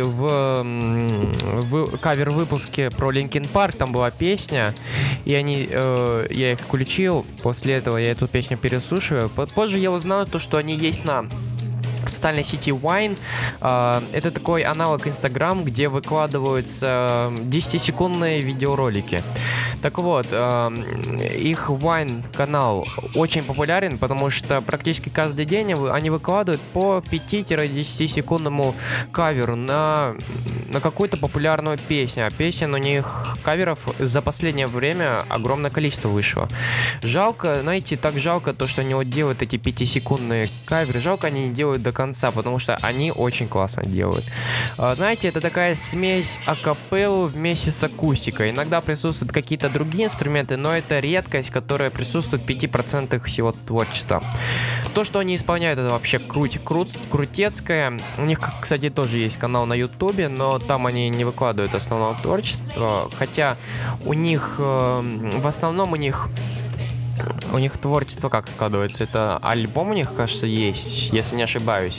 Speaker 1: в кавер-выпуске про Linkin Park. Там была песня. И я их включил. После этого я эту песню переслушиваю. Позже я узнал, что они есть на социальной сети Vine. Это такой аналог Instagram, где выкладываются 10-секундные видеоролики. Так вот, их Vine канал очень популярен, потому что практически каждый день они выкладывают по 5-10-секундному каверу на какую-то популярную песню. А песен у них каверов за последнее время огромное количество вышло. Жалко, знаете, так жалко то, что они вот делают эти 5-секундные каверы. Жалко, они не делают до конца, потому что они очень классно делают. Знаете, это такая смесь акапеллы вместе с акустикой. Иногда присутствуют какие-то другие инструменты, но это редкость, которая присутствует в 5% всего творчества. То, что они исполняют, это вообще крутецкое. У них, кстати, тоже есть канал на Ютубе, но там они не выкладывают основного творчества. Хотя у них, в основном у них творчество как складывается? Это альбом у них, кажется, есть, если не ошибаюсь.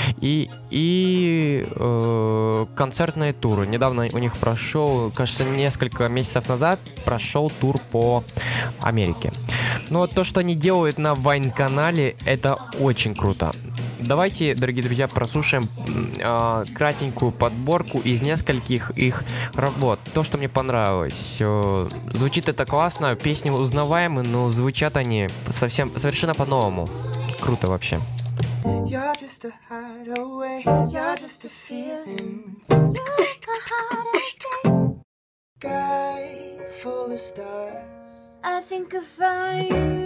Speaker 1: И концертные туры. Недавно у них прошел, кажется, несколько месяцев назад прошел тур по Америке. Но вот то, что они делают на Vine-канале, это очень круто. Давайте, дорогие друзья, прослушаем кратенькую подборку из нескольких их работ. То, что мне понравилось. Звучит это классно, песни узнаваемые, но звучат они совершенно по-новому. Круто вообще.
Speaker 3: You're just a hideaway, you're just a feeling. Sky full of stars.
Speaker 4: I think of you.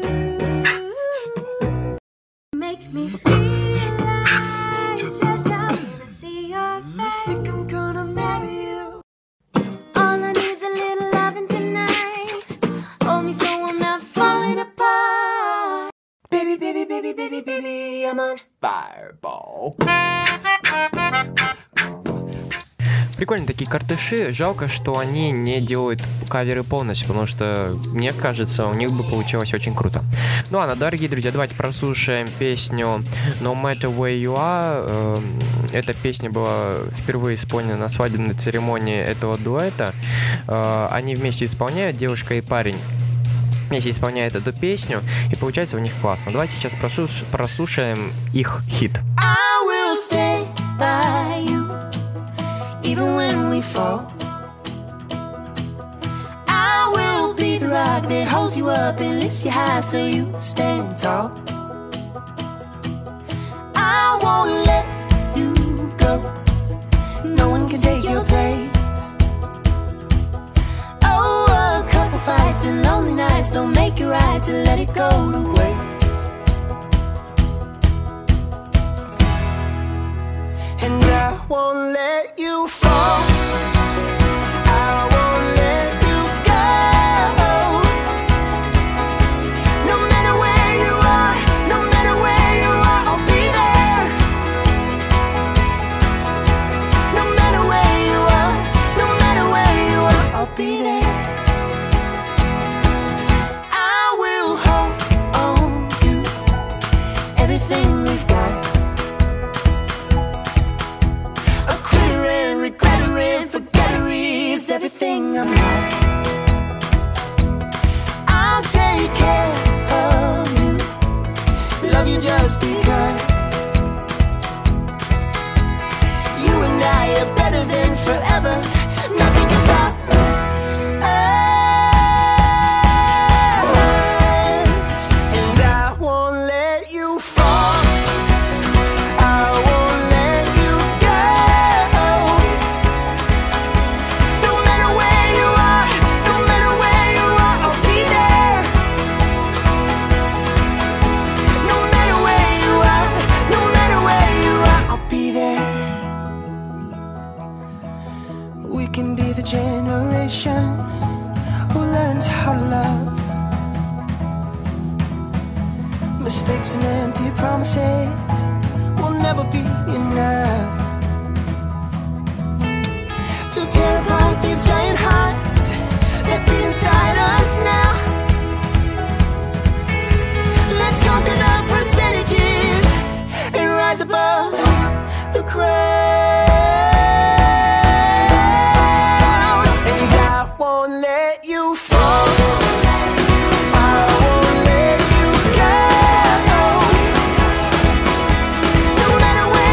Speaker 4: Make me feel like just out to see your face.
Speaker 3: Think I'm gonna marry you.
Speaker 4: All I need's a little loving tonight. Hold me so I'm not falling apart.
Speaker 3: Baby, baby, baby, baby, baby, I'm on fireball.
Speaker 1: Прикольные такие картыши. Жалко, что они не делают каверы полностью, потому что, мне кажется, у них бы получилось очень круто. Ну ладно, дорогие друзья, давайте прослушаем песню No Matter Where You Are. Эта песня была впервые исполнена на свадебной церемонии этого дуэта. Они вместе исполняют, девушка и парень вместе исполняют эту песню, и получается у них классно. Давайте сейчас прослушаем их хит.
Speaker 4: I will stay by you even when we fall. I will be the rock that holds you up and lifts you high so you stand tall. I won't let you go. No one can take your place. Oh, a couple fights and lonely nights don't make it right to let it go to waste.
Speaker 3: And I won't let you fall. I won't let you go. No matter where you are, no matter where you are, I'll be there. No matter where you are, no matter where you are, I'll be there. I will hold on to everything we've got. Everything I'm not. I'll take care of you, love you just because you and I are better than forever. Nothing can stop us, and I won't let you fall. I won't let you go. No matter where you are, I'll be there. No matter where you are, I'll be there. We can be the generation who learns how to love. Mistakes and empty promises will never be enough to tear apart these giant hearts that beat inside us now. Let's conquer the percentages and rise above the crowd. And I won't let you fall. I won't let you go. No matter where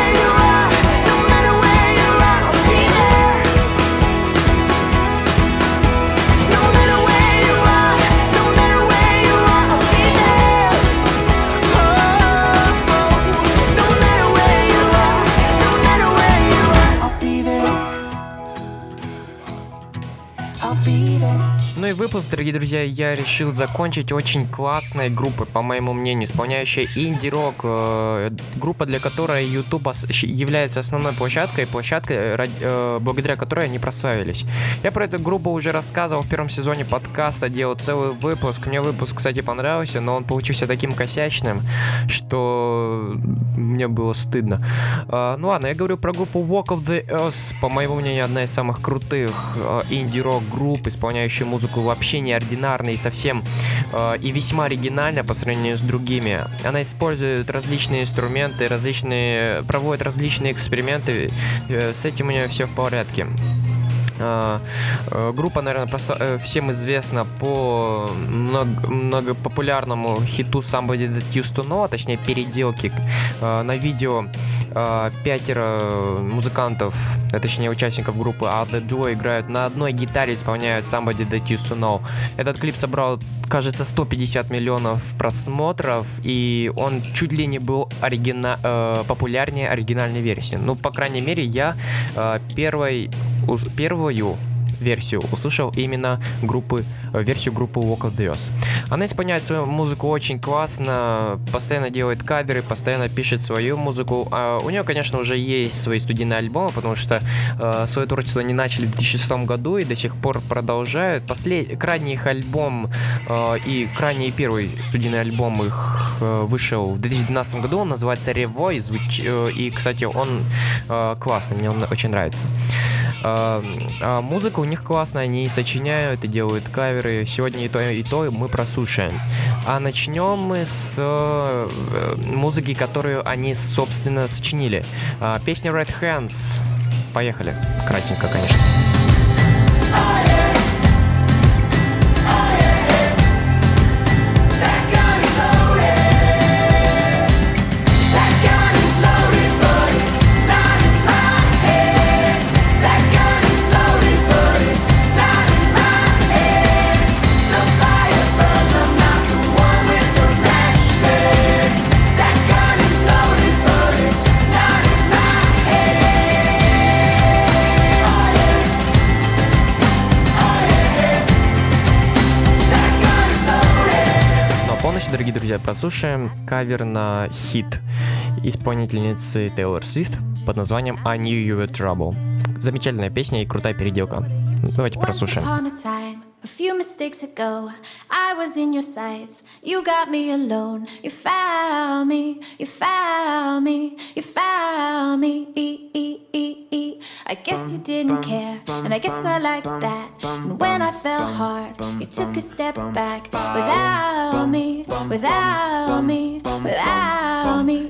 Speaker 1: выпуск, дорогие друзья, я решил закончить очень классной группой, по моему мнению, исполняющей инди-рок. Группа, для которой YouTube является основной площадкой, благодаря которой они прославились. Я про эту группу уже рассказывал в первом сезоне подкаста, делал целый выпуск. Мне выпуск, кстати, понравился, но он получился таким косячным, что мне было стыдно. Ну ладно, я говорю про группу Walk of the Earth, по моему мнению, одна из самых крутых инди-рок групп, исполняющая музыку вообще неординарно и совсем и весьма оригинально по сравнению с другими. Она использует различные инструменты, проводит различные эксперименты, с этим у нее все в порядке. Группа, наверное, всем известна по многопопулярному хиту Somebody That Used To Know, а точнее переделки. На видео 5 музыкантов, а точнее участников группы The Duo играют на одной гитаре, исполняют Somebody That Used To Know. Этот клип собрал, кажется, 150 миллионов просмотров, и он чуть ли не был популярнее оригинальной версии. Ну, по крайней мере, я первую версию услышал именно версию группы Walk of the Earth. Она исполняет свою музыку очень классно, постоянно делает каверы, постоянно пишет свою музыку. У нее, конечно, уже есть свои студийные альбомы, потому что свое творчество они начали в 2006 году и до сих пор продолжают. Крайний их альбом и крайний первый студийный альбом их вышел в 2012 году, он называется Revoice, и, кстати, он классный, мне он очень нравится. Музыка у них классная, они сочиняют и делают каверы. Сегодня и то мы прослушаем. А начнем мы с музыки, которую они, собственно, сочинили. Песня Red Hands. Поехали. Кратенько, конечно. Дорогие друзья, прослушаем кавер на хит исполнительницы Тейлор Свифт под названием I Knew You Were Trouble. Замечательная песня и крутая переделка. Давайте прослушаем.
Speaker 4: A few mistakes ago, I was in your sights. You got me alone. You found me. You found me. You found me. I guess you didn't care, and I guess I like that. And when I fell hard, you took a step back. Without me, without me, without me.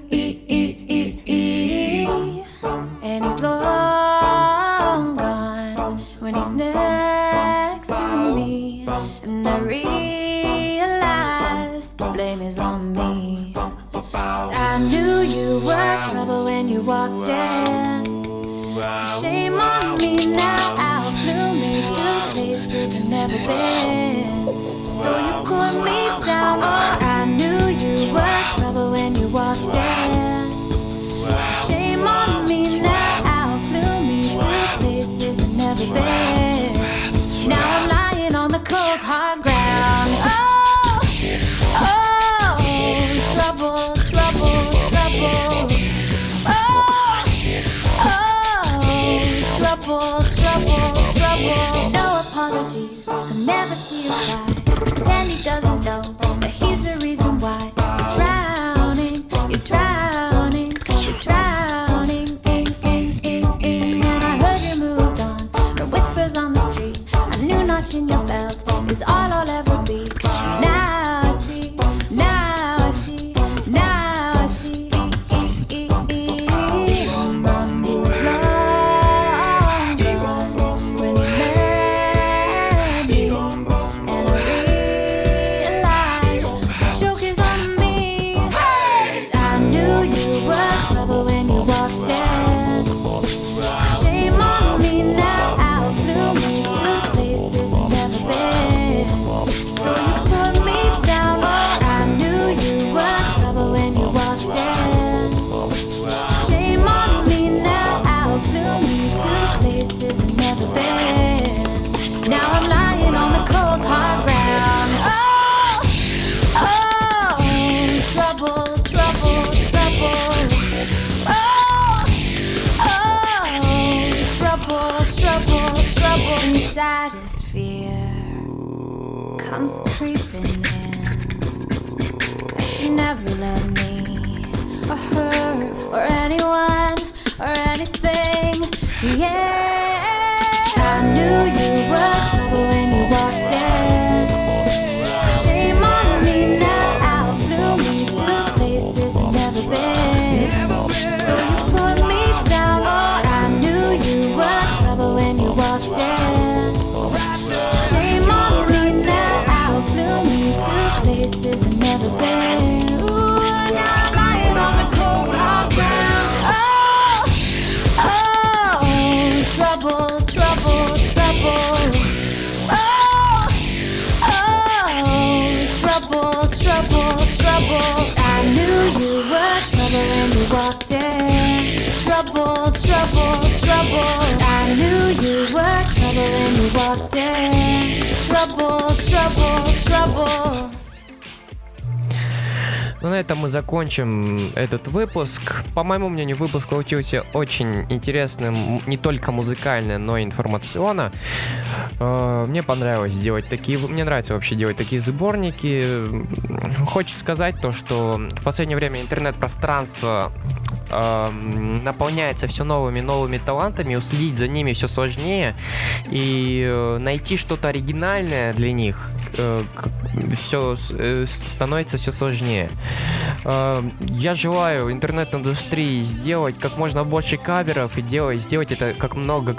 Speaker 4: And he's long gone when he's next to me, and I realized the blame is on me. 'Cause I knew you were trouble when you walked in. So shame on me now, I flew me to places I've never been. So you put me down, oh, I knew you were trouble when you walked in. So shame on me now, I flew me to places I've never been. Now I'm lying on the cold hard ground. Oh, oh, trouble, trouble, trouble. Oh, trouble, trouble, trouble. No apologies, I'll never see you cry. Pretend he doesn't know, but he's the reason why. You're drowning, you're drowning, you're drowning. And I heard you moved on, the whispers on the street. A new notch in your belt is all I'll ever be. Now I see, now I see, now I see. He was long gone when he met me, and I creeping in. You never love me, or her, or anyone, or anything. Yeah, I knew you were trouble when you walked in. Shame on me now, flew me to places I've never been. So you put me down, oh, I knew you were trouble when you walked in. Shame on me now, flew me to places I've never been. Ooh, now I'm lying on the cold hard ground. Oh, trouble, trouble, trouble. Oh, trouble, trouble, trouble. I knew you were trouble when you walked in. Trouble, trouble, trouble. I knew you were trouble when you walked in. Trouble, trouble, trouble.
Speaker 1: Ну, на этом мы закончим этот выпуск. По моему мнению, выпуск получился очень интересным, не только музыкально, но и информационно. Мне понравилось делать такие... Мне нравится вообще делать такие сборники. Хочется сказать то, что в последнее время интернет-пространство наполняется все новыми талантами, уследить за ними все сложнее, и найти что-то оригинальное для них все становится все сложнее. Я желаю интернет-индустрии сделать как можно больше каверов и сделать это как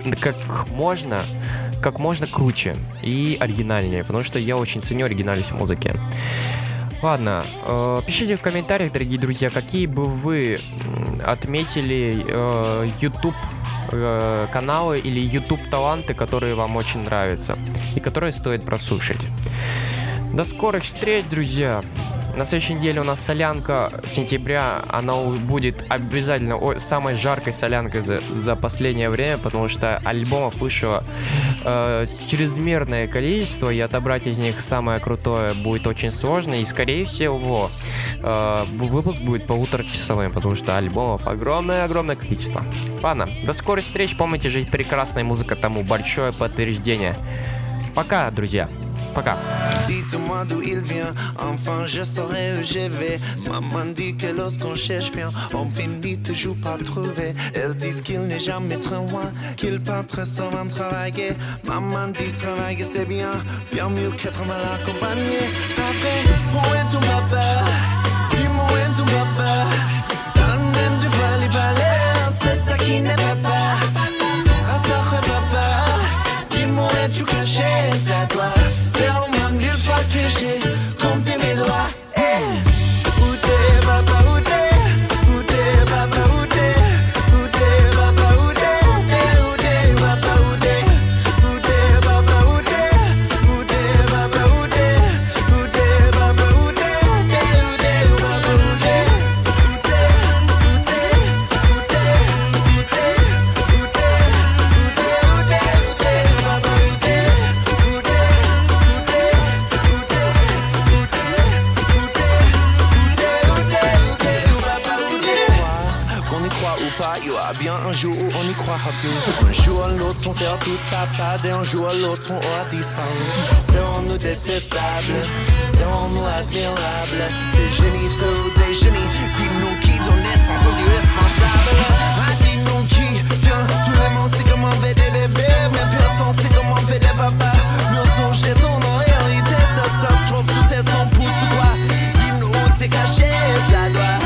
Speaker 1: можно круче и оригинальнее, потому что я очень ценю оригинальность в музыке. Ладно, пишите в комментариях, дорогие друзья, какие бы вы отметили YouTube каналы или YouTube таланты, которые вам очень нравятся и которые стоит прослушать. До скорых встреч, друзья! На следующей неделе у нас солянка сентября, она будет обязательно самой жаркой солянкой за последнее время, потому что альбомов вышло чрезмерное количество, и отобрать из них самое крутое будет очень сложно, и скорее всего выпуск будет 1,5-часовым, потому что альбомов огромное количество. Ладно, до скорых встреч, помните, жить прекрасная музыка тому большое подтверждение. Пока, друзья! Пока.
Speaker 6: Dites-moi d'où il vient, enfin je saurai où je vais. Maman dit que lorsqu'on cherche bien, on finit toujours par trouver. Elle dit qu'il n'est jamais trop loin, qu'il part très souvent travailler. Maman dit travailler c'est bien, bien mieux qu'être mal accompagné. Après, où est ton papa? Dis-moi où est ton papa? Ça même tu vas les balais, c'est ça qui ne va pas. Ah ça fait papa, dis-moi où es-tu caché, c'est à toi. Que j'ai compté mes doigts. Où t'es, papa, où t'es? Où t'es, papa, où t'es? Où t'es, papa, où t'es? Où t'es, papa, où t'es? Où t'es, papa, où t'es? Où t'es, papa, où t'es? Où t'es, papa, où t'es? Où t'es, papa, où t'es? Où t'es, où t'es, où t'es? Yo, bien un jour on y croira plus. Un jour à l'autre on sera tous papa, et un jour à l'autre on aura disparu. Serons-nous détestables? Serons-nous admirables? Des génies ou des génies? Dis-nous qui donne naissance aux irresponsables. Dis-nous qui tient tous les mots, c'est comment on fait des bébés. Mais personne sait comment on fait des papas. Mais on s'en jette en réalité, ça s'attrape sous 700 pouces quoi. Dis-nous où c'est caché, ça doit.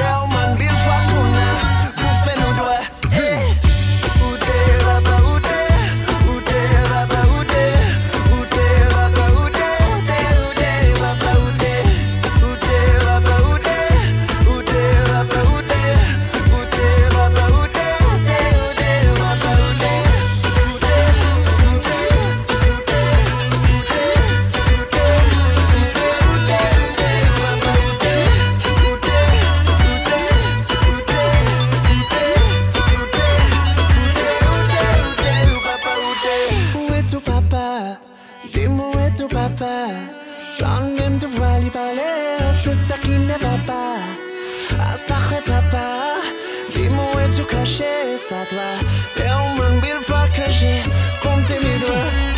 Speaker 6: C'est ça qui ne va pas. Ah, sacré papa, dis-moi où es-tu caché, ça doit. Et au moins mille fois que j'ai compté mes doigts.